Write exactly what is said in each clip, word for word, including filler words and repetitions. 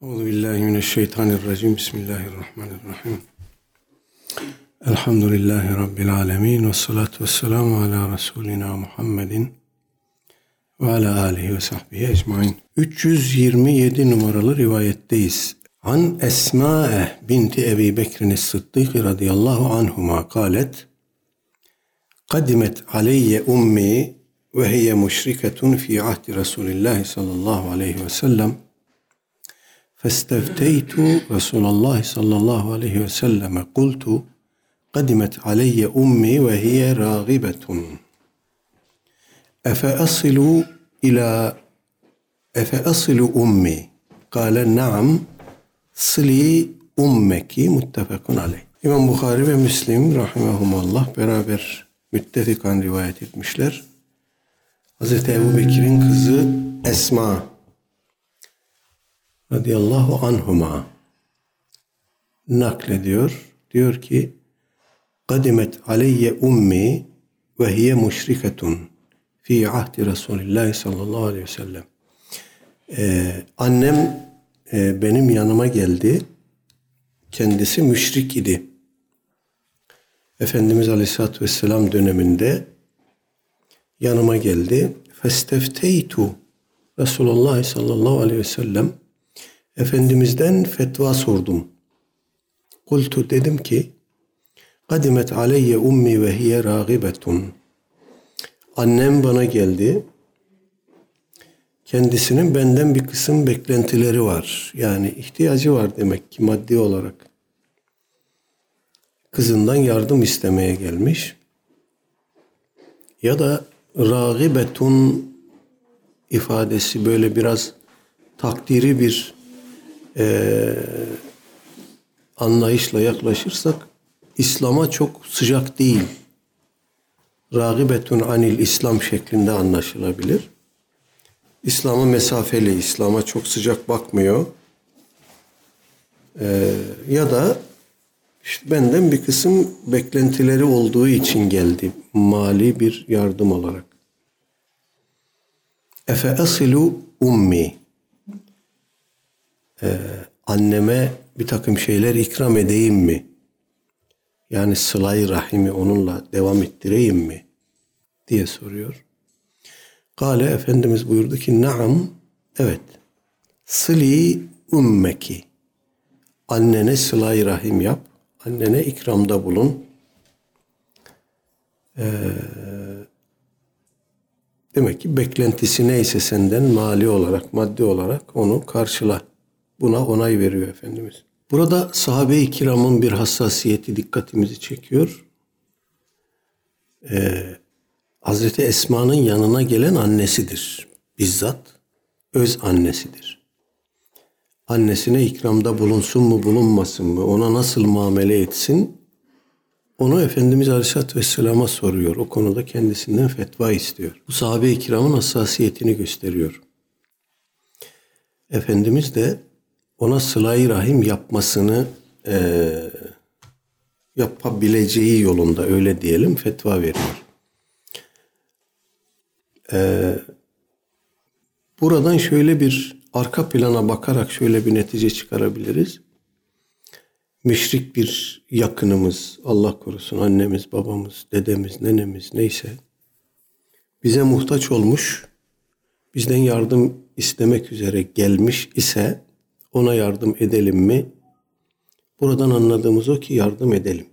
Euzubillahimineşşeytanirracim. Bismillahirrahmanirrahim. Elhamdülillahi Rabbil alemin. Ve salatu ve selamu ala Resulina Muhammedin ve ala alihi ve sahbihi ecmain. üç yüz yirmi yedi numaralı rivayetteyiz. An Esma'e binti Ebi Bekir'in Sıddık radıyallahu anhuma kâlet Kadimet aleyye ummi ve hiye müşriketun fi ahdi Resulillah sallallahu aleyhi ve sellem فاستفتيت رسول الله صلى الله عليه وسلم قلت قدمت علي أمي وهي راغبة أفأصل إلى أفأصل أمي قال نعم صلي أمك متفق عليه. İmam Bukhari ve Müslim rahimahumullah beraber müttefikan rivayet etmişler. Hazreti Ebu Bekir'in kızı Esma radıyallahu anhuma naklediyor. Diyor ki Kadimet aleyye ummi ve hiye müşriketun fi ahdi Resulillah sallallahu aleyhi ve sellem. Ee, annem e, benim yanıma geldi. Kendisi müşrik idi. Efendimiz Aleyhisselatü Vesselam döneminde yanıma geldi. Festefteytu Resulullah sallallahu aleyhi ve sellem. Efendimiz'den fetva sordum. Kultu dedim ki Kadimet aleyye ummi ve hiye râgibetun. Annem bana geldi. Kendisinin benden bir kısım beklentileri var. Yani ihtiyacı var demek ki maddi olarak. Kızından yardım istemeye gelmiş. Ya da râgibetun ifadesi böyle biraz takdiri bir Ee, anlayışla yaklaşırsak İslam'a çok sıcak değil. Râgibetun anil İslam şeklinde anlaşılabilir. İslam'a mesafeli, İslam'a çok sıcak bakmıyor. Ee, ya da işte benden bir kısım beklentileri olduğu için geldi. Mali bir yardım olarak. Efe asilu ummi. Ee, anneme bir takım şeyler ikram edeyim mi? Yani sıla-i rahimi onunla devam ettireyim mi? Diye soruyor. Kale Efendimiz buyurdu ki naam, evet. Sıli ummeki. Annene sıla-i rahim yap. Annene ikramda bulun. Ee, demek ki beklentisi neyse senden mali olarak, maddi olarak onu karşıla. Buna onay veriyor Efendimiz. Burada sahabe-i kiramın bir hassasiyeti dikkatimizi çekiyor. Ee, Hazreti Esma'nın yanına gelen annesidir. Bizzat öz annesidir. Annesine ikramda bulunsun mu bulunmasın mı, ona nasıl muamele etsin, onu Efendimiz Aleyhisselatü Vesselam'a soruyor. O konuda kendisinden fetva istiyor. Bu sahabe-i kiramın hassasiyetini gösteriyor. Efendimiz de ona sıla-i rahim yapmasını e, yapabileceği yolunda öyle diyelim fetva veriyor. E, buradan şöyle bir arka plana bakarak şöyle bir netice çıkarabiliriz. Müşrik bir yakınımız, Allah korusun annemiz, babamız, dedemiz, nenemiz neyse bize muhtaç olmuş, bizden yardım istemek üzere gelmiş ise ona yardım edelim mi? Buradan anladığımız o ki yardım edelim.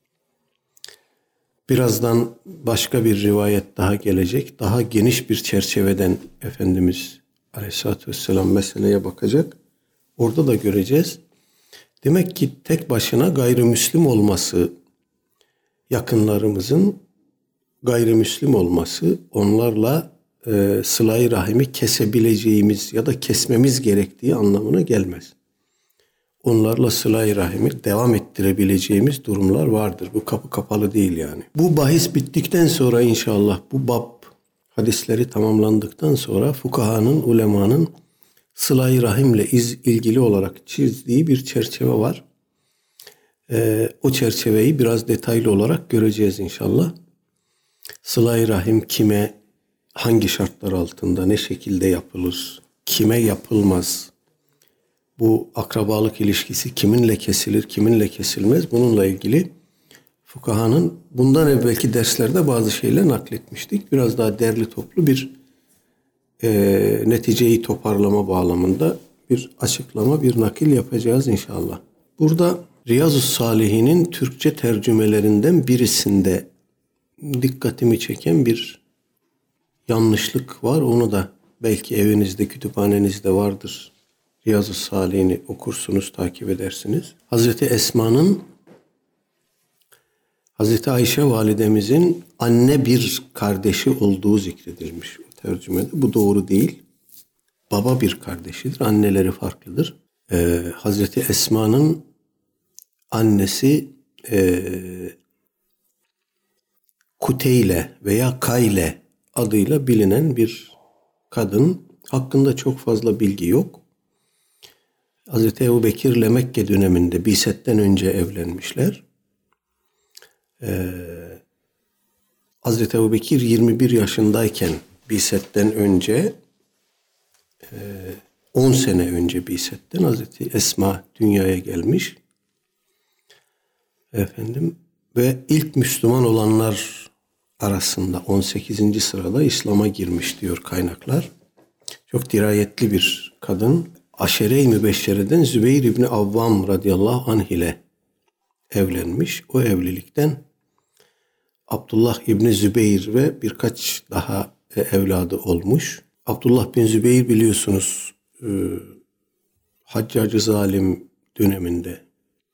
Birazdan başka bir rivayet daha gelecek. Daha geniş bir çerçeveden Efendimiz Aleyhisselatü Vesselam meseleye bakacak. Orada da göreceğiz. Demek ki tek başına gayrimüslim olması, yakınlarımızın gayrimüslim olması, onlarla e, sıla-i rahimi kesebileceğimiz ya da kesmemiz gerektiği anlamına gelmez. Onlarla sıla-i rahimi devam ettirebileceğimiz durumlar vardır. Bu kapı kapalı değil yani. Bu bahis bittikten sonra inşallah bu bab hadisleri tamamlandıktan sonra fukahanın, ulemanın sıla-i rahimle iz, ilgili olarak çizdiği bir çerçeve var. Ee, o çerçeveyi biraz detaylı olarak göreceğiz inşallah. Sıla-i rahim kime, hangi şartlar altında, ne şekilde yapılır, kime yapılmaz, Bu akrabalık ilişkisi kiminle kesilir, kiminle kesilmez, bununla ilgili fukahanın bundan evvelki derslerde bazı şeyler nakletmiştik. Biraz daha derli toplu bir e, neticeyi toparlama bağlamında bir açıklama, bir nakil yapacağız inşallah. Burada Riyazu Salihin'in Türkçe tercümelerinden birisinde dikkatimi çeken bir yanlışlık var. Onu da belki evinizde, kütüphanenizde vardır. Riyazu Salihini okursunuz, takip edersiniz. Hazreti Esma'nın, Hazreti Ayşe validemizin anne bir kardeşi olduğu zikredilmiş o tercümede. Bu doğru değil. Baba bir kardeşidir. Anneleri farklıdır. Ee, Hazreti Esma'nın annesi e, Kuteyle veya Kayle adıyla bilinen bir kadın. Hakkında çok fazla bilgi yok. Hazreti Ebubekir'le Mekke döneminde Bi'setten önce evlenmişler. Ee, Hazreti Ebubekir yirmi bir yaşındayken Bi'setten önce e, on sene önce Bi'setten Hazreti Esma dünyaya gelmiş. Efendim ve ilk Müslüman olanlar arasında on sekizinci sırada İslam'a girmiş diyor kaynaklar. Çok dirayetli bir kadın. Aşere-i Mübeşşere'den Zübeyir İbni Avvam radıyallahu anh ile evlenmiş. O evlilikten Abdullah İbni Zübeyir ve birkaç daha evladı olmuş. Abdullah bin Zübeyir biliyorsunuz Haccacı zalim döneminde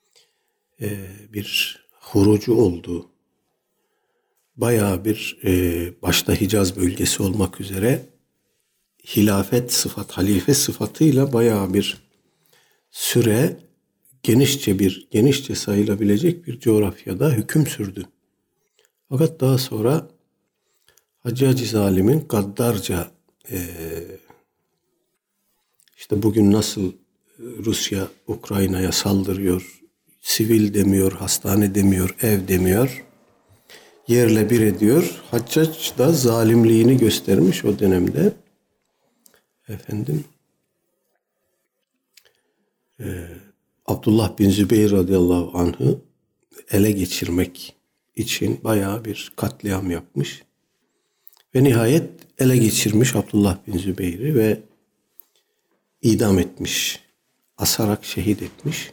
bir hurucu oldu. Bayağı bir başta Hicaz bölgesi olmak üzere hilafet sıfat, halife sıfatıyla bayağı bir süre genişçe bir, genişçe sayılabilecek bir coğrafyada hüküm sürdü. Fakat daha sonra Haccacı zalimin gaddarca e, işte bugün nasıl Rusya Ukrayna'ya saldırıyor, sivil demiyor, hastane demiyor, ev demiyor, yerle bir ediyor. Haccac da zalimliğini göstermiş o dönemde. Efendim e, Abdullah bin Zübeyir radıyallahu anh'ı ele geçirmek için bayağı bir katliam yapmış. Ve nihayet ele geçirmiş Abdullah bin Zübeyir'i ve idam etmiş. Asarak şehit etmiş.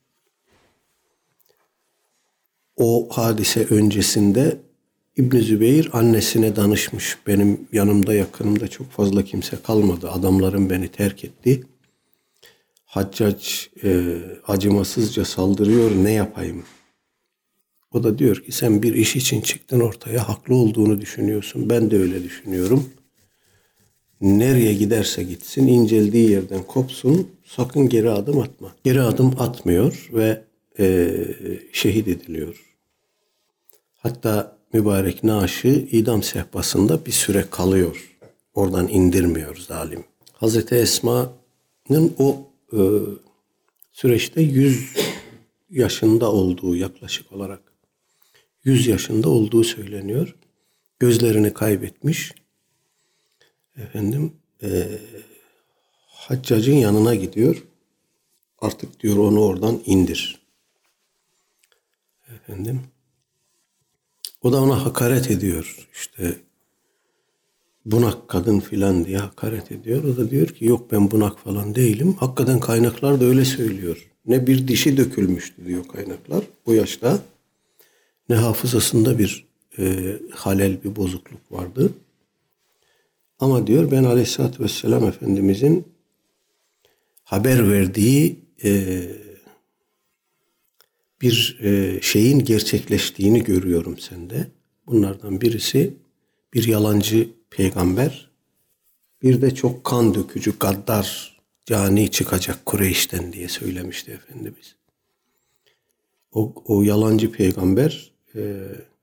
O hadise öncesinde İbn Zübeyir annesine danışmış. Benim yanımda, yakınımda çok fazla kimse kalmadı. Adamlarım beni terk etti. Haccac e, acımasızca saldırıyor, ne yapayım? O da diyor ki sen bir iş için çıktın ortaya, haklı olduğunu düşünüyorsun. Ben de öyle düşünüyorum. Nereye giderse gitsin, inceldiği yerden kopsun, sakın geri adım atma. Geri adım atmıyor ve e, şehit ediliyor. Hatta mübarek naaşı idam sehpasında bir süre kalıyor. Oradan indirmiyor zalim. Hazreti Esma'nın o e, süreçte yüz yaşında olduğu, yaklaşık olarak yüz yaşında olduğu söyleniyor. Gözlerini kaybetmiş. Efendim e, Haccac'ın yanına gidiyor. Artık diyor onu oradan indir. Efendim o da ona hakaret ediyor. İşte bunak kadın filan diye hakaret ediyor. O da diyor ki yok ben bunak falan değilim. Hakikaten kaynaklar da öyle söylüyor. Ne bir dişi dökülmüştü diyor kaynaklar bu yaşta. Ne hafızasında bir e, halel, bir bozukluk vardı. Ama diyor ben Aleyhisselatü Vesselam Efendimizin haber verdiği e, bir e, şeyin gerçekleştiğini görüyorum sende. Bunlardan birisi bir yalancı peygamber, bir de çok kan dökücü, gaddar, cani çıkacak Kureyş'ten diye söylemişti Efendimiz. O, o yalancı peygamber e,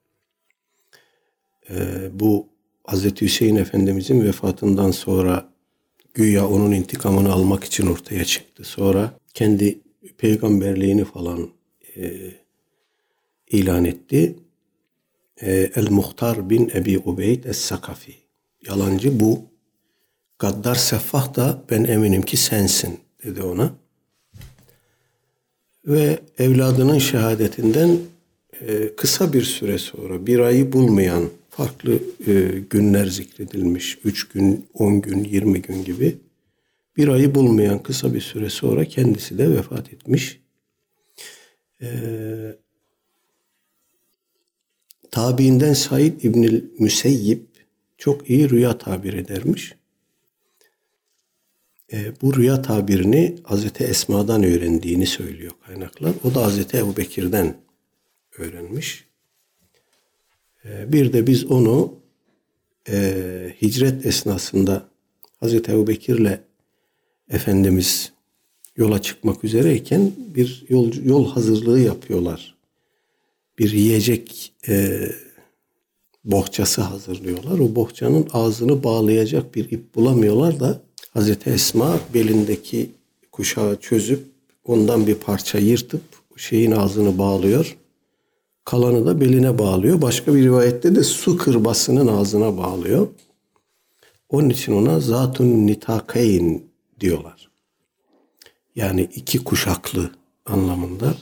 e, bu Hazreti Hüseyin Efendimizin vefatından sonra güya onun intikamını almak için ortaya çıktı. Sonra kendi peygamberliğini falan e, ilan etti. E, El-Muhtar bin Ebi Ubeyd Es-Sakafi. Yalancı bu. Gaddar Seffah da ben eminim ki sensin dedi ona. Ve evladının şehadetinden e, kısa bir süre sonra, bir ayı bulmayan farklı e, günler zikredilmiş. Üç gün, on gün, yirmi gün gibi. Bir ayı bulmayan kısa bir süre sonra kendisi de vefat etmiş. Ee, tabiinden Said İbnül Müseyyib çok iyi rüya tabir edermiş. Ee, bu rüya tabirini Hazreti Esma'dan öğrendiğini söylüyor kaynaklar. O da Hazreti Ebubekir'den öğrenmiş. Ee, bir de biz onu e, hicret esnasında Hazreti Ebubekir'le Efendimiz yola çıkmak üzereyken bir yol, yol hazırlığı yapıyorlar. Bir yiyecek e, bohçası hazırlıyorlar. O bohçanın ağzını bağlayacak bir ip bulamıyorlar da Hazreti Esma belindeki kuşağı çözüp ondan bir parça yırtıp şeyin ağzını bağlıyor. Kalanı da beline bağlıyor. Başka bir rivayette de su kırbasının ağzına bağlıyor. Onun için ona zatun nitakayn diyorlar. Yani iki kuşaklı anlamında.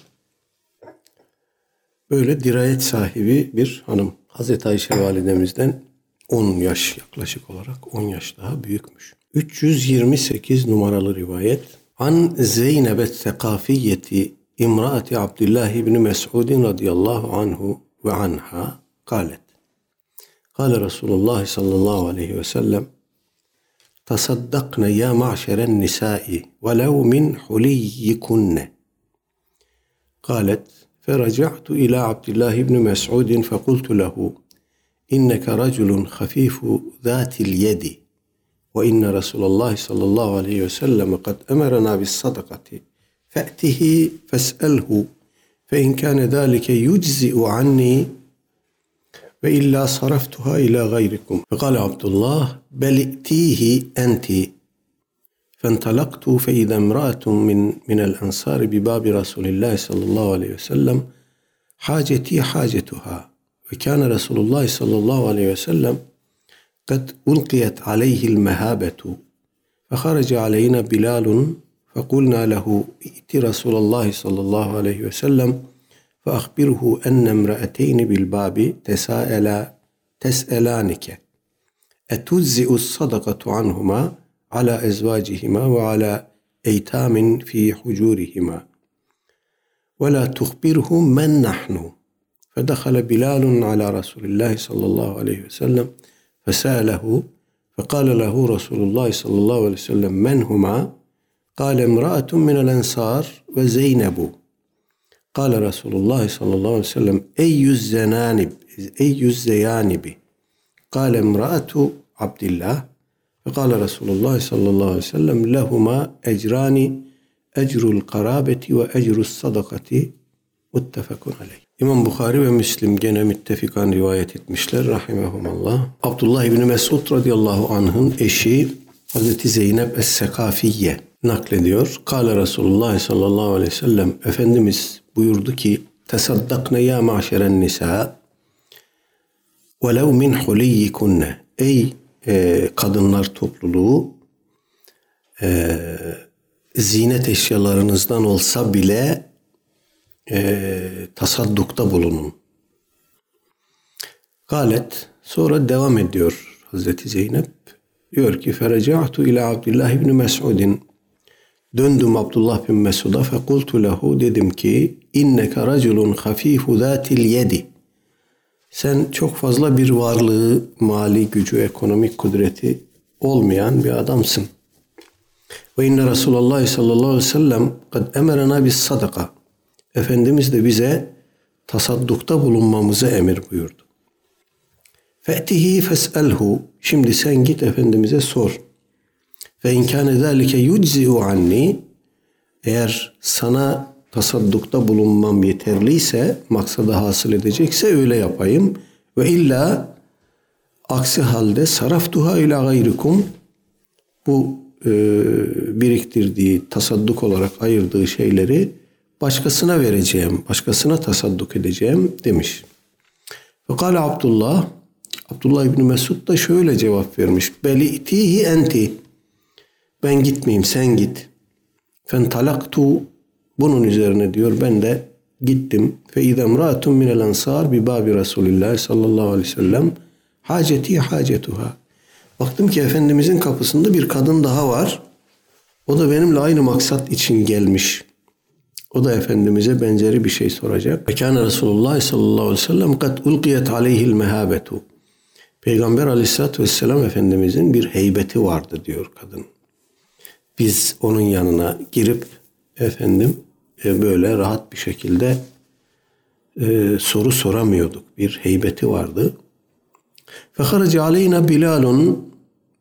Böyle dirayet sahibi bir hanım. Hazreti Ayşe validemizden on yaş yaklaşık olarak on yaş daha büyükmüş. üç yüz yirmi sekiz numaralı rivayet. An Zeynebet Sekafiyeti İmraati Abdullah ibn Mes'udin radıyallahu anhu ve anha kalet. Kale Resulullah sallallahu aleyhi ve sellem تصدقن يا معشر النساء ولو من حليكن. قالت فرجعت إلى عبد الله بن مسعود فقلت له إنك رجل خفيف ذات اليد وإن رسول الله صلى الله عليه وسلم قد أمرنا بالصدقة فأته فاسأله فإن كان ذلك يجزئ عني وإلا صرفتها إلى غيركم. فقال عبد الله بل ائتيه أنت. فانطلقت فإذا امرأة من من الأنصار بباب رسول الله صلى الله عليه وسلم حاجتي حاجتها. وكان رسول الله صلى الله عليه وسلم قد ألقيت عليه المهابة. فخرج علينا بلال فقلنا له ائت رسول الله صلى الله عليه وسلم فأخبره أن امرأتين بالباب تساءلا تسألانك أتجزئ الصدقة عنهما على أزواجهما وعلى أيتام في حجورهما ولا تخبرهم من نحن. فدخل بلال على رسول الله صلى الله عليه وسلم فسأله فقال له رسول الله صلى الله عليه وسلم من هما؟ قال امرأة من الأنصار وزينب. قال رسول الله صلى الله عليه وسلم أي الزنانب أي الزيانب؟ قال امرأة عبد الله. فقال رسول الله صلى الله عليه وسلم لهما أجران أجر القرابة وأجر الصدقة muttefekun aleyh. İmam Bukhari ve Müslim gene müttefikan rivayet etmişler rahimehumallah. Abdullah İbni Mesud radıyallahu anh'ın eşi Hazreti Zeynep Es-Sekafiye naklediyor. Kâle Resulullah sallallahu aleyhi ve sellem Efendimiz buyurdu ki tesaddakne ya maşeren nisa velev min huliyyikunne. Ey e, kadınlar topluluğu e, zinet eşyalarınızdan olsa bile e, tasaddukta bulunun. Galet sonra devam ediyor Hazreti Zeynep. Diyor ki feraca'tu ila Abdullah ibn Mes'udin. Döndüm Abdullah bin Mesud'a fekultu lehu dedim ki inneke raculun hafifu zatil yedi. Sen çok fazla bir varlığı, mali gücü, ekonomik kudreti olmayan bir adamsın. Ve inne Resulullah sallallahu aleyhi ve sellem kad emerena bis sadaka. Efendimiz de bize tasaddukta bulunmamızı emir buyurdu. Fe'tihi fes'elhu. Şimdi sen git Efendimiz'e sor. Ve in kâne zâlike yuczi'u anni. Eğer sana tasaddukta bulunmam yeterliyse, maksadı hasıl edecekse öyle yapayım. Ve illa aksi halde saraftuha ila gayrikum. Bu e, biriktirdiği, tasadduk olarak ayırdığı şeyleri başkasına vereceğim, başkasına tasadduk edeceğim demiş. Fekâle Abdullah, Abdullah İbni Mesud da şöyle cevap vermiş. Beli'tihi enti. Ben gitmeyeyim, sen git. Fentalaktu. Bunun üzerine diyor ben de gittim. Fe idem ra'atun minel ensar bi babi Resulillah sallallahu aleyhi ve sellem haceti hacetuha. Baktım ki Efendimizin kapısında bir kadın daha var. O da benimle aynı maksat için gelmiş. O da Efendimiz'e benzeri bir şey soracak. Ve kâne Resulullah sallallahu aleyhi ve sellem kad ulqiyet aleyhil mehabetu. Peygamber aleyhissalatü vesselam Efendimiz'in bir heybeti vardı diyor kadın. Biz onun yanına girip efendim böyle rahat bir şekilde e, soru soramıyorduk. Bir heybeti vardı. Feharace aleyna Bilalun,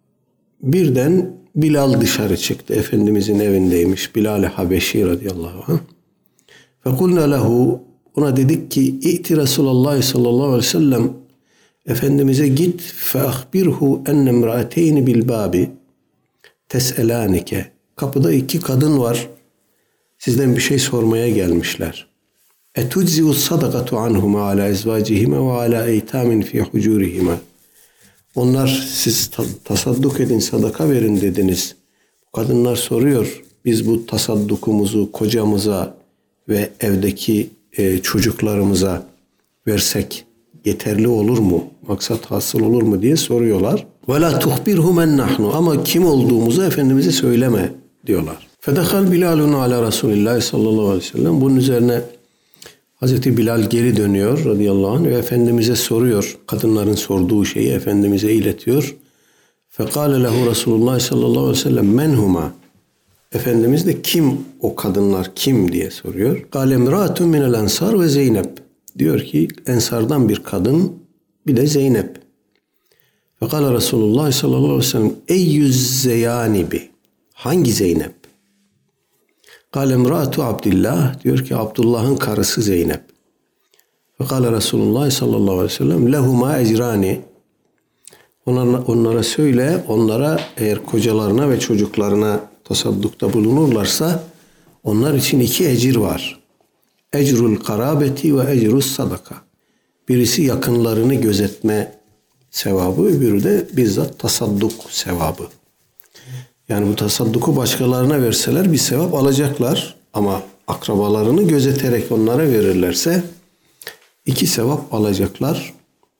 birden Bilal dışarı çıktı. Efendimizin evindeymiş. Bilal-i Habeşi radıyallahu anh. Fekulna lehu, ona dedik ki İ'ti Resulallah sallallahu aleyhi ve sellem, Efendimiz'e git fe ahbirhu enne imraateyni bil babi tes'elanike. Kapıda iki kadın var. Sizden bir şey sormaya gelmişler. Etudzi'u sadakatu anhuma ala ezvacihima ve ala eytamin fi hucurihima. Onlar siz tasadduk edin, sadaka verin dediniz. Bu kadınlar soruyor. Biz bu tasaddukumuzu kocamıza ve evdeki e, çocuklarımıza versek yeterli olur mu? Maksat hasıl olur mu diye soruyorlar. Ve la tuhbirhu men nahnu, ama kim olduğumuzu Efendimiz'e söyleme diyorlar. Fedehal Bilalun ala Resulillah sallallahu aleyhi ve sellem. Bunun üzerine Hazreti Bilal geri dönüyor radıyallahu anh ve Efendimiz'e soruyor. Kadınların sorduğu şeyi Efendimiz'e iletiyor. Fekale lehu Resulullah sallallahu aleyhi ve sellem men huma. Efendimiz de kim o kadınlar, kim diye soruyor. Kale emraatun minel ensar ve Zeynep. Diyor ki ensardan bir kadın, bir de Zeynep. Fekale Resulullah sallallahu aleyhi ve sellem eyyüz zeyanibi. Hangi Zeynep? Kale emraatu Abdillah, diyor ki Abdullah'ın karısı Zeynep. Fekale Resulullah sallallahu aleyhi ve sellem lehuma ecrani. Onlara, onlara söyle, onlara eğer kocalarına ve çocuklarına tasaddukta bulunurlarsa onlar için iki ecir var. Ecrul karabeti ve ecrus sadaka. Birisi yakınlarını gözetme sevabı, öbürü de bizzat tasadduk sevabı. Yani bu tasadduku başkalarına verseler bir sevap alacaklar ama akrabalarını gözeterek onlara verirlerse iki sevap alacaklar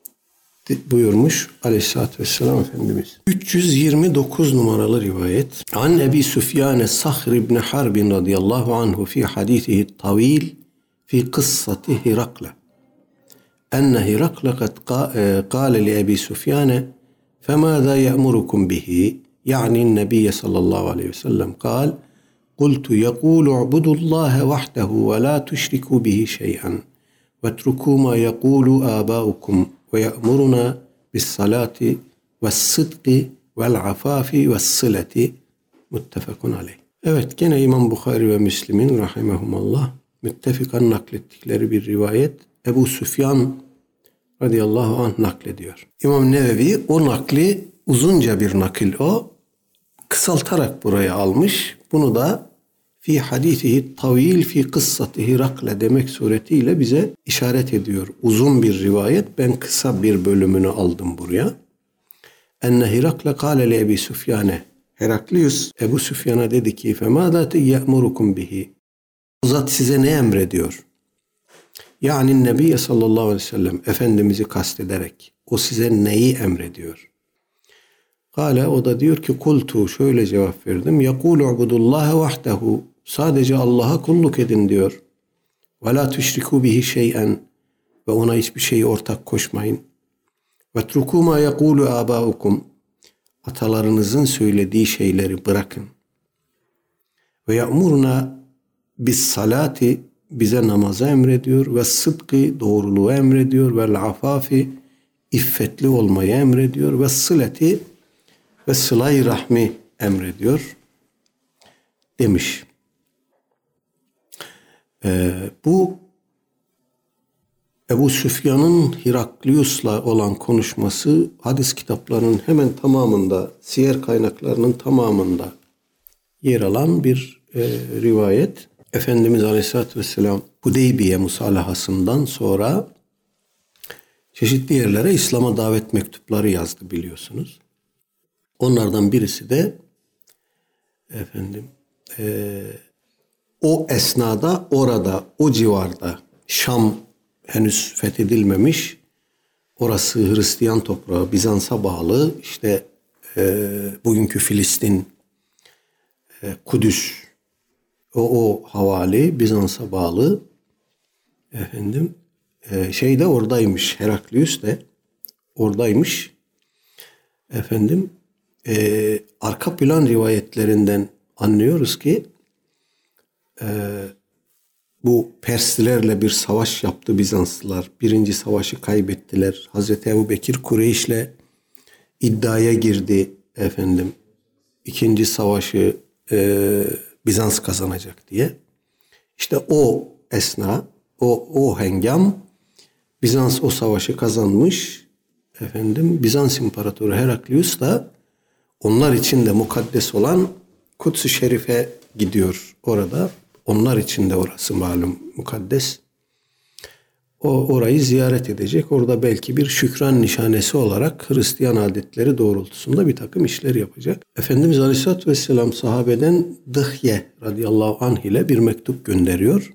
buyurmuş Aleyhisselatü Vesselam Efendimiz. üç yüz yirmi dokuz numaralı rivayet. An Ebi Süfyan Sahr ibn Harb radıyallahu anhu fi hadisihi tavil fi kıssati Hirakle. Enne Hirakle kad kâle li Ebi Süfyan femâzâ ye'murukum bihi. Yani النبي صلى الله عليه وسلم قال قلت يقول اعبدوا الله وحده ولا تشركوا به شيئا واتركوا ما يقول آباؤكم ويأمرنا بالصلاة والصدق والعفاف والصلة muttefakun aleyh. Evet, gene İmam Bukhari ve Müslim'in rahimehumallah müttefikan naklettikleri bir rivayet. Ebu Süfyan radıyallahu anh naklediyor. İmam Nevevi o nakli, uzunca bir nakil o, kısaltarak buraya almış. Bunu da fi hadisihi tavil fi kıssati Hirakle demek suretiyle bize işaret ediyor. Uzun bir rivayet. Ben kısa bir bölümünü aldım buraya. Enne Hirakle kâle le Ebi Süfyan'e. Heraklius Ebu Süfyan'a dedi ki femâdâ ye'murukum bihi. O zat size ne emrediyor? Yani Nebiye sallallahu aleyhi ve sellem, Efendimiz'i kastederek o size neyi emrediyor? Kale, o da diyor ki kultu, şöyle cevap verdim. Yekulu ubudullaha vahdehu, sadece Allah'a kulluk edin diyor. Ve la tüşriku bihi şey'en, ve ona hiçbir şeyi ortak koşmayın. Ve truku ma yekulu abaukum, atalarınızın söylediği şeyleri bırakın. Ve ya'muruna bis salati, bize namaza emrediyor. Ve sıdkı, doğruluğu emrediyor. Ve afafi, iffetli olmayı emrediyor. Ve sıleti, ve sıla-i rahmi emrediyor demiş. Ee, bu Ebu Süfyan'ın Hiraklius'la olan konuşması hadis kitaplarının hemen tamamında, siyer kaynaklarının tamamında yer alan bir e, rivayet. Efendimiz Aleyhisselatü Vesselam Hudeybiye musalahasından sonra çeşitli yerlere İslam'a davet mektupları yazdı biliyorsunuz. Onlardan birisi de efendim e, o esnada orada, o civarda Şam henüz fethedilmemiş. Orası Hristiyan toprağı, Bizans'a bağlı. İşte e, bugünkü Filistin, e, Kudüs, o, o havali Bizans'a bağlı. Efendim, e, şey de oradaymış, Heraklius de oradaymış. Efendim, e, arka plan rivayetlerinden anlıyoruz ki e, bu Perslilerle bir savaş yaptı Bizanslılar. Birinci savaşı kaybettiler. Hazreti Ebubekir Kureyş'le iddiaya girdi efendim. İkinci savaşı e, Bizans kazanacak diye. İşte o esna, o o hengam Bizans o savaşı kazanmış. Efendim Bizans İmparatoru Heraklius da onlar için de mukaddes olan Kuds-ı Şerif'e gidiyor orada. Onlar için de orası malum mukaddes. O orayı ziyaret edecek. Orada belki bir şükran nişanesi olarak Hristiyan adetleri doğrultusunda bir takım işler yapacak. Efendimiz Aleyhisselatü Vesselam sahabeden Dıhye radıyallahu anh ile bir mektup gönderiyor.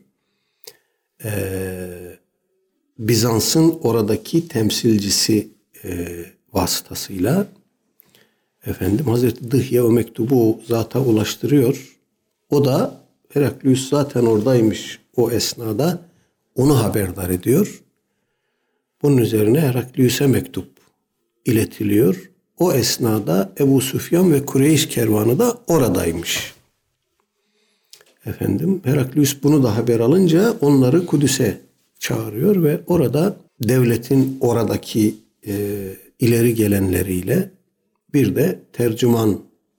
Ee, Bizans'ın oradaki temsilcisi e, vasıtasıyla efendim Hazreti Dıhye o mektubu o zata ulaştırıyor. O da Heraklius zaten oradaymış o esnada, onu haberdar ediyor. Bunun üzerine Heraklius'e mektup iletiliyor. O esnada Ebu Süfyan ve Kureyş kervanı da oradaymış. Efendim Heraklius bunu da haber alınca onları Kudüs'e çağırıyor ve orada devletin oradaki e, ileri gelenleriyle bir de tercümanın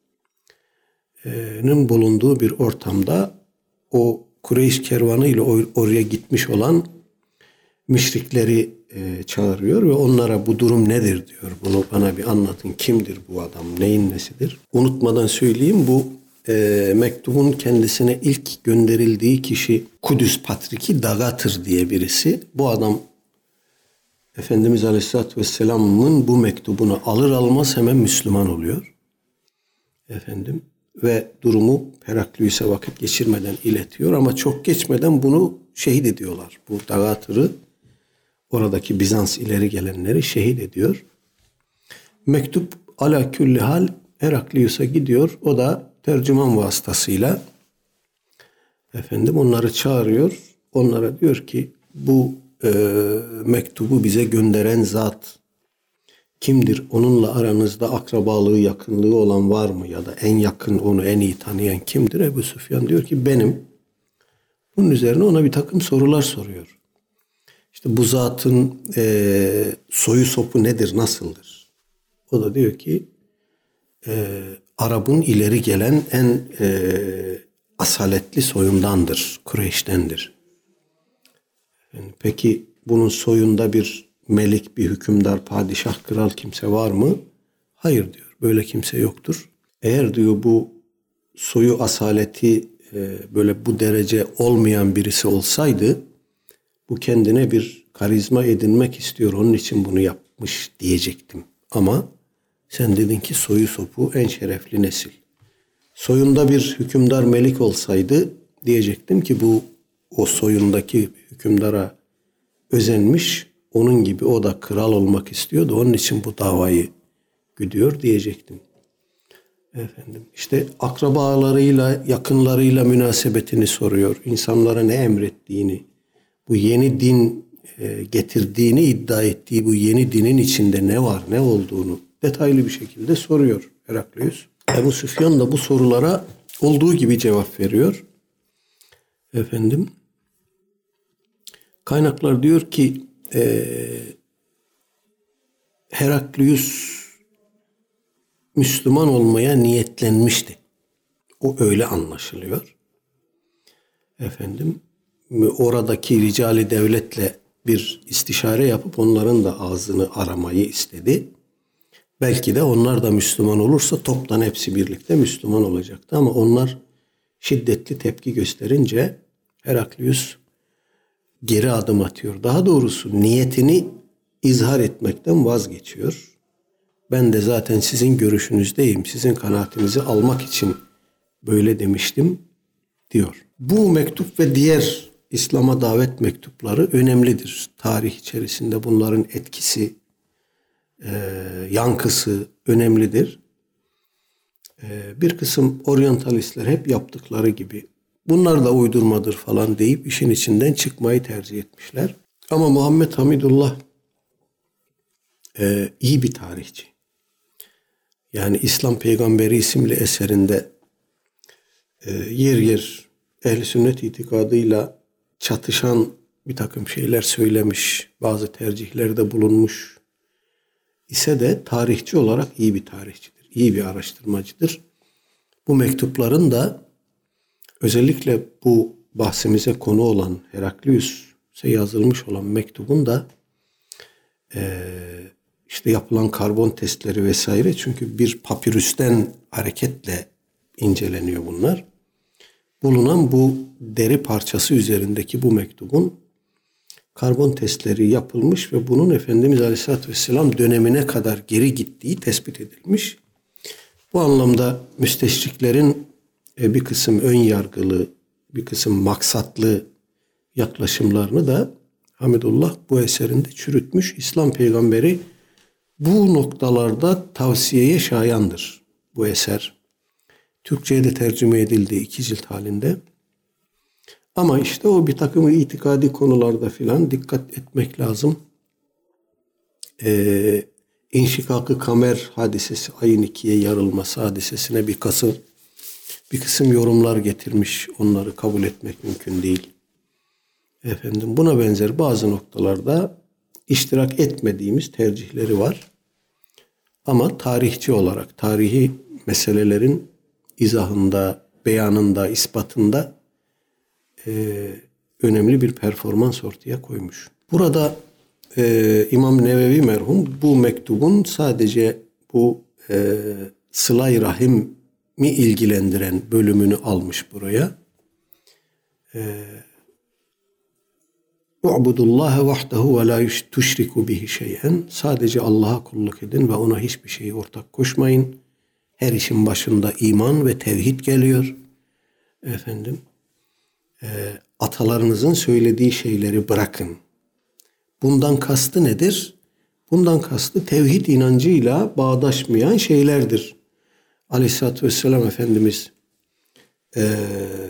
bulunduğu bir ortamda o Kureyş kervanı ile oraya gitmiş olan müşrikleri e, çağırıyor ve onlara bu durum nedir diyor. Bunu bana bir anlatın. Kimdir bu adam? Neyin nesidir? Unutmadan söyleyeyim, bu e, mektubun kendisine ilk gönderildiği kişi Kudüs Patriki Dagatır diye birisi. Bu adam Efendimiz Aleyhisselatü Vesselam'ın bu mektubunu alır almaz hemen Müslüman oluyor. Efendim ve durumu Heraklius'e vakit geçirmeden iletiyor ama çok geçmeden bunu şehit ediyorlar. Bu Dagatır'ı oradaki Bizans ileri gelenleri şehit ediyor. Mektup ala külli hal Heraklius'a gidiyor. O da tercüman vasıtasıyla efendim onları çağırıyor. Onlara diyor ki bu e, mektubu bize gönderen zat kimdir? Onunla aranızda akrabalığı, yakınlığı olan var mı? Ya da en yakın, onu en iyi tanıyan kimdir? Ebu Süfyan diyor ki benim. Bunun üzerine ona bir takım sorular soruyor. İşte bu zatın e, soyu sopu nedir, nasıldır? O da diyor ki e, Arap'ın ileri gelen en e, asaletli soyundandır, Kureyş'tendir. Yani peki bunun soyunda bir melik, bir hükümdar, padişah, kral kimse var mı? Hayır diyor. Böyle kimse yoktur. Eğer diyor bu soyu asaleti e, böyle bu derece olmayan birisi olsaydı bu kendine bir karizma edinmek istiyor. Onun için bunu yapmış diyecektim. Ama sen dedin ki soyu sopu en şerefli nesil. Soyunda bir hükümdar, melik olsaydı diyecektim ki bu o soyundaki hükümdara özenmiş. Onun gibi o da kral olmak istiyordu. Onun için bu davayı güdüyor diyecektim. Efendim işte akrabalarıyla, yakınlarıyla münasebetini soruyor. İnsanlara ne emrettiğini, bu yeni din e, getirdiğini iddia ettiği bu yeni dinin içinde ne var, ne olduğunu detaylı bir şekilde soruyor Heraklius. Ebu Süfyan da bu sorulara olduğu gibi cevap veriyor. Efendim kaynaklar diyor ki e, Heraklius Müslüman olmaya niyetlenmişti. O öyle anlaşılıyor. Efendim oradaki ricali devletle bir istişare yapıp onların da ağzını aramayı istedi. Belki de onlar da Müslüman olursa toptan hepsi birlikte Müslüman olacaktı. Ama onlar şiddetli tepki gösterince Heraklius geri adım atıyor. Daha doğrusu niyetini izhar etmekten vazgeçiyor. Ben de zaten sizin görüşünüzdeyim. Sizin kanaatinizi almak için böyle demiştim. diyor. Bu mektup ve diğer İslam'a davet mektupları önemlidir. Tarih içerisinde bunların etkisi, e, yankısı önemlidir. E, bir kısım oryantalistler hep yaptıkları gibi bunlar da uydurmadır falan deyip işin içinden çıkmayı tercih etmişler. Ama Muhammed Hamidullah e, iyi bir tarihçi. Yani İslam Peygamberi isimli eserinde e, yer yer ehl-i sünnet itikadıyla çatışan bir takım şeyler söylemiş, bazı tercihlerde bulunmuş ise de tarihçi olarak iyi bir tarihçidir, iyi bir araştırmacıdır. Bu mektupların da özellikle bu bahsimize konu olan Heraklius'e yazılmış olan mektubun da e, işte yapılan karbon testleri vesaire, çünkü bir papirüsten hareketle inceleniyor bunlar. Bulunan bu deri parçası üzerindeki bu mektubun karbon testleri yapılmış ve bunun Efendimiz Aleyhisselatü Vesselam dönemine kadar geri gittiği tespit edilmiş. Bu anlamda müsteşriklerin bir kısım ön yargılı, bir kısım maksatlı yaklaşımlarını da Hamidullah bu eserinde çürütmüş. İslam peygamberi bu noktalarda tavsiyeye şayandır bu eser. Türkçe'ye de tercüme edildi iki cilt halinde. Ama işte o bir takım itikadi konularda filan dikkat etmek lazım. Ee, İnşikak-ı kamer hadisesi, ayın ikiye yarılması hadisesine bir kısım, bir kısım yorumlar getirmiş. Onları kabul etmek mümkün değil. Efendim, buna benzer bazı noktalarda iştirak etmediğimiz tercihleri var. Ama tarihçi olarak tarihi meselelerin izahında, beyanında, ispatında e, önemli bir performans ortaya koymuş. Burada e, İmam Nevevi merhum bu mektubun sadece bu e, sıla-i rahimi ilgilendiren bölümünü almış buraya. U'budullaha vahdehu ve la tuşriku bihi şey'en. Sadece Allah'a kulluk edin ve ona hiçbir şeyi ortak koşmayın. Her işin başında iman ve tevhid geliyor. Efendim, e, atalarınızın söylediği şeyleri bırakın. Bundan kastı nedir? Bundan kastı tevhid inancıyla bağdaşmayan şeylerdir. Aleyhisselatü Vesselam Efendimiz e,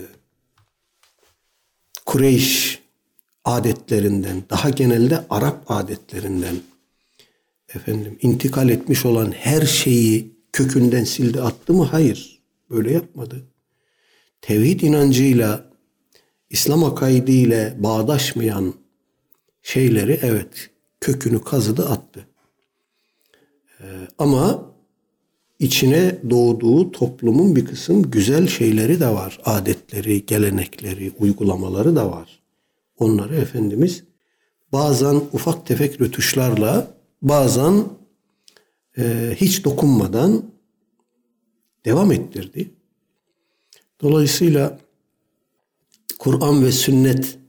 Kureyş adetlerinden, daha genelde Arap adetlerinden efendim intikal etmiş olan her şeyi kökünden sildi attı mı? Hayır. Böyle yapmadı. Tevhid inancıyla, İslam akaidiyle bağdaşmayan şeyleri evet kökünü kazıdı attı. Ee, ama içine doğduğu toplumun bir kısım güzel şeyleri de var. Adetleri, gelenekleri, uygulamaları da var. Onları Efendimiz bazen ufak tefek rötuşlarla, bazen e, hiç dokunmadan devam ettirdi. Dolayısıyla Kur'an ve sünnet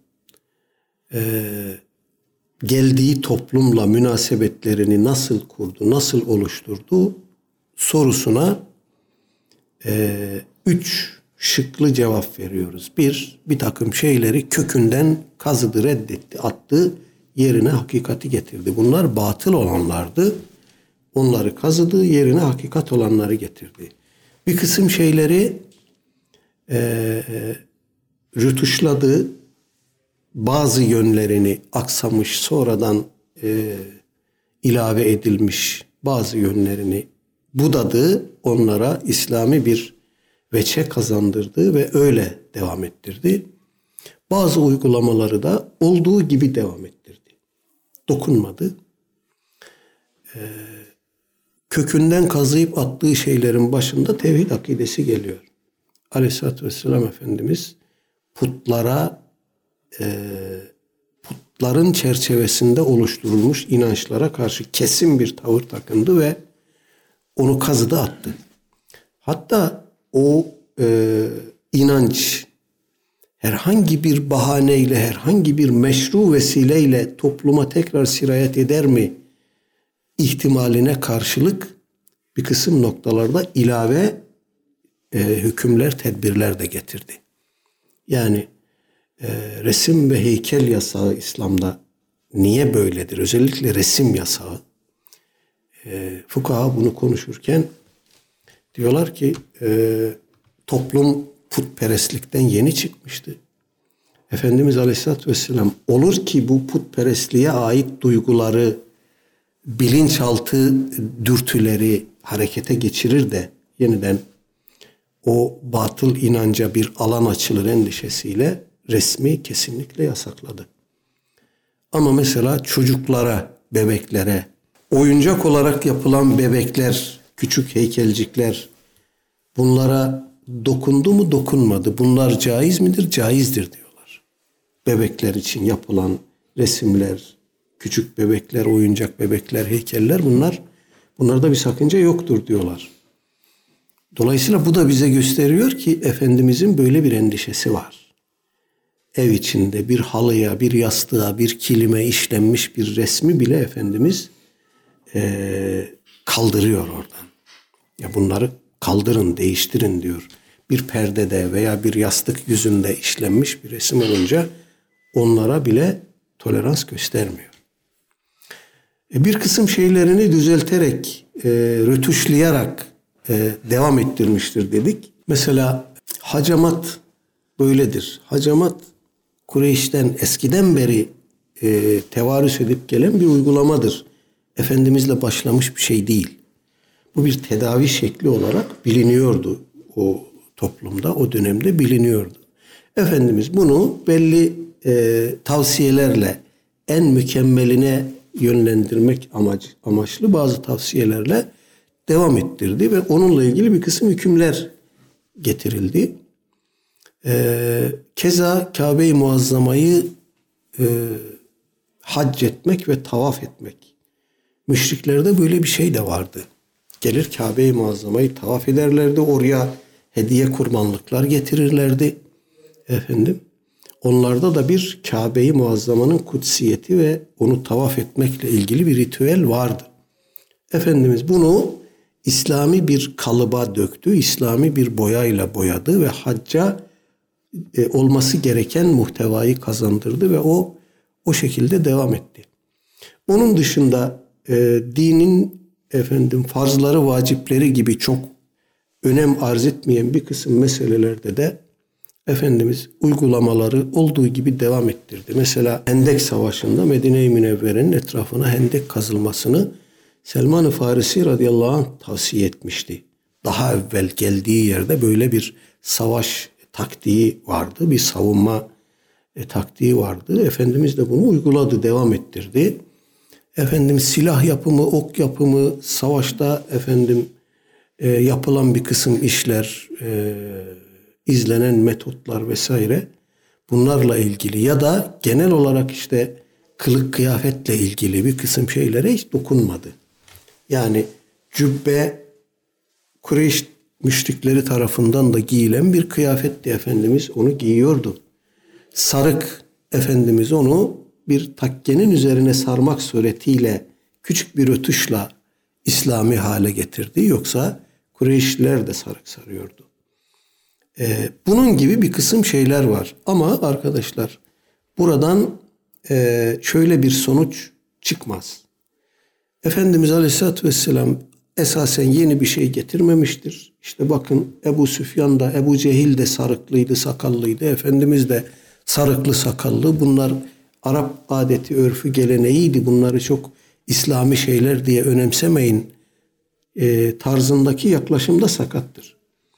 e, geldiği toplumla münasebetlerini nasıl kurdu, nasıl oluşturdu sorusuna e, üç şıklı cevap veriyoruz. Bir, bir takım şeyleri kökünden kazıdı, reddetti, attı, yerine hakikati getirdi. Bunlar batıl olanlardı. Onları kazıdı, yerine hakikat olanları getirdi. Bir kısım şeyleri e, e, rütuşladı, bazı yönlerini aksamış, sonradan e, ilave edilmiş bazı yönlerini budadı, onlara İslami bir veçe kazandırdı ve öyle devam ettirdi. Bazı uygulamaları da olduğu gibi devam ettirdi. Dokunmadı. Ee, kökünden kazıyıp attığı şeylerin başında tevhid akidesi geliyor. Aleyhisselatü Vesselam Efendimiz putlara, e, putların çerçevesinde oluşturulmuş inançlara karşı kesin bir tavır takındı ve onu kazıdı attı. Hatta o e, inanç herhangi bir bahaneyle, herhangi bir meşru vesileyle topluma tekrar sirayet eder mi ihtimaline karşılık bir kısım noktalarda ilave e, hükümler, tedbirler de getirdi. Yani e, resim ve heykel yasağı İslam'da niye böyledir? Özellikle resim yasağı. E, fukaha bunu konuşurken diyorlar ki e, toplum putperestlikten yeni çıkmıştı. Efendimiz Aleyhisselatü Vesselam olur ki bu putperestliğe ait duyguları, bilinçaltı dürtüleri harekete geçirir de yeniden o batıl inanca bir alan açılır endişesiyle resmi kesinlikle yasakladı. Ama mesela çocuklara, bebeklere, oyuncak olarak yapılan bebekler, küçük heykelcikler, bunlara dokundu mu dokunmadı. Bunlar caiz midir? Caizdir diyorlar. Bebekler için yapılan resimler, küçük bebekler, oyuncak bebekler, heykeller bunlar, bunlarda bir sakınca yoktur diyorlar. Dolayısıyla bu da bize gösteriyor ki Efendimizin böyle bir endişesi var. Ev içinde bir halıya, bir yastığa, bir kilime işlenmiş bir resmi bile Efendimiz ee, kaldırıyor oradan. Ya bunları kaldırın, değiştirin diyor. Bir perdede veya bir yastık yüzünde işlenmiş bir resim olunca onlara bile tolerans göstermiyor. E bir kısım şeylerini düzelterek, e, rötuşlayarak e, devam ettirmiştir dedik. Mesela hacamat böyledir. Hacamat Kureyş'ten eskiden beri e, tevarüs edip gelen bir uygulamadır. Efendimizle başlamış bir şey değil. Bu bir tedavi şekli olarak biliniyordu o toplumda, o dönemde biliniyordu. Efendimiz bunu belli e, tavsiyelerle en mükemmeline yönlendirmek amaç, amaçlı bazı tavsiyelerle devam ettirdi ve onunla ilgili bir kısım hükümler getirildi. E, keza Kabe-i Muazzama'yı e, hac etmek ve tavaf etmek. Müşriklerde böyle bir şey de vardı. Gelir Kabe-i Muazzama'yı tavaf ederlerdi. Oraya hediye kurbanlıklar getirirlerdi. Efendim, onlarda da bir Kabe-i Muazzama'nın kutsiyeti ve onu tavaf etmekle ilgili bir ritüel vardı. Efendimiz bunu İslami bir kalıba döktü. İslami bir boyayla boyadı ve hacca e, olması gereken muhtevayı kazandırdı ve o o şekilde devam etti. Onun dışında e, dinin efendim farzları, vacipleri gibi çok önem arz etmeyen bir kısım meselelerde de Efendimiz uygulamaları olduğu gibi devam ettirdi. Mesela Hendek Savaşı'nda Medine-i Münevvere'nin etrafına hendek kazılmasını Selman-ı Farisi radıyallahu anh tavsiye etmişti. Daha evvel geldiği yerde böyle bir savaş taktiği vardı, bir savunma e, taktiği vardı. Efendimiz de bunu uyguladı, devam ettirdi. Efendim silah yapımı, ok yapımı, savaşta efendim e, yapılan bir kısım işler, e, izlenen metotlar vesaire bunlarla ilgili ya da genel olarak işte kılık kıyafetle ilgili bir kısım şeylere hiç dokunmadı. Yani cübbe Kureyş müşrikleri tarafından da giyilen bir kıyafetti. Efendimiz onu giyiyordu. Sarık Efendimiz onu bir takkenin üzerine sarmak suretiyle küçük bir rötuşla İslami hale getirdi. Yoksa Kureyşliler de sarık sarıyordu. Ee, bunun gibi bir kısım şeyler var. Ama arkadaşlar buradan e, şöyle bir sonuç çıkmaz. Efendimiz Aleyhisselatü Vesselam esasen yeni bir şey getirmemiştir. İşte bakın Ebu Süfyan da Ebu Cehil de sarıklıydı, sakallıydı. Efendimiz de sarıklı, sakallı. Bunlar Arap adeti, örfü, geleneğiydi. Bunları çok İslami şeyler diye önemsemeyin e, tarzındaki yaklaşım da sakattır.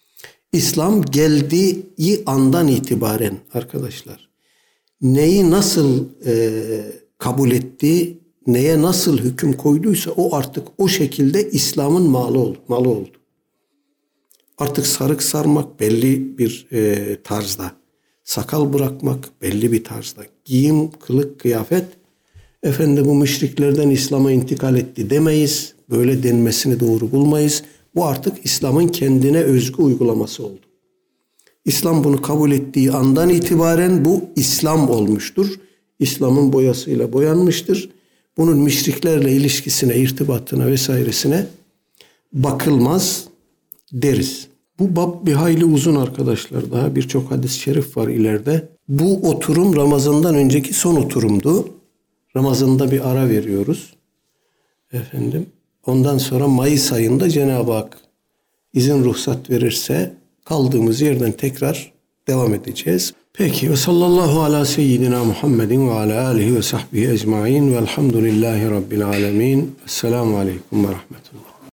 İslam geldiği andan itibaren arkadaşlar neyi nasıl e, kabul etti, neye nasıl hüküm koyduysa o artık o şekilde İslam'ın malı oldu. Malı oldu. Artık sarık sarmak belli bir e, tarzda, sakal bırakmak belli bir tarzda, giyim, kılık, kıyafet, efendim bu müşriklerden İslam'a intikal etti demeyiz. Böyle denmesini doğru bulmayız. Bu artık İslam'ın kendine özgü uygulaması oldu. İslam bunu kabul ettiği andan itibaren bu İslam olmuştur. İslam'ın boyasıyla boyanmıştır. Bunun müşriklerle ilişkisine, irtibatına vesairesine bakılmaz deriz. Bu bab bir hayli uzun arkadaşlar. Daha birçok hadis-i şerif var ileride. Bu oturum Ramazan'dan önceki son oturumdu. Ramazan'da bir ara veriyoruz. Efendim. Ondan sonra Mayıs ayında Cenab-ı Hak izin ruhsat verirse kaldığımız yerden tekrar devam edeceğiz. Peki ve sallallahu ala seyyidina Muhammedin ve ala alihi ve sahbihi ecmain velhamdülillahi rabbil alemin. Esselamu aleyküm ve rahmetullah.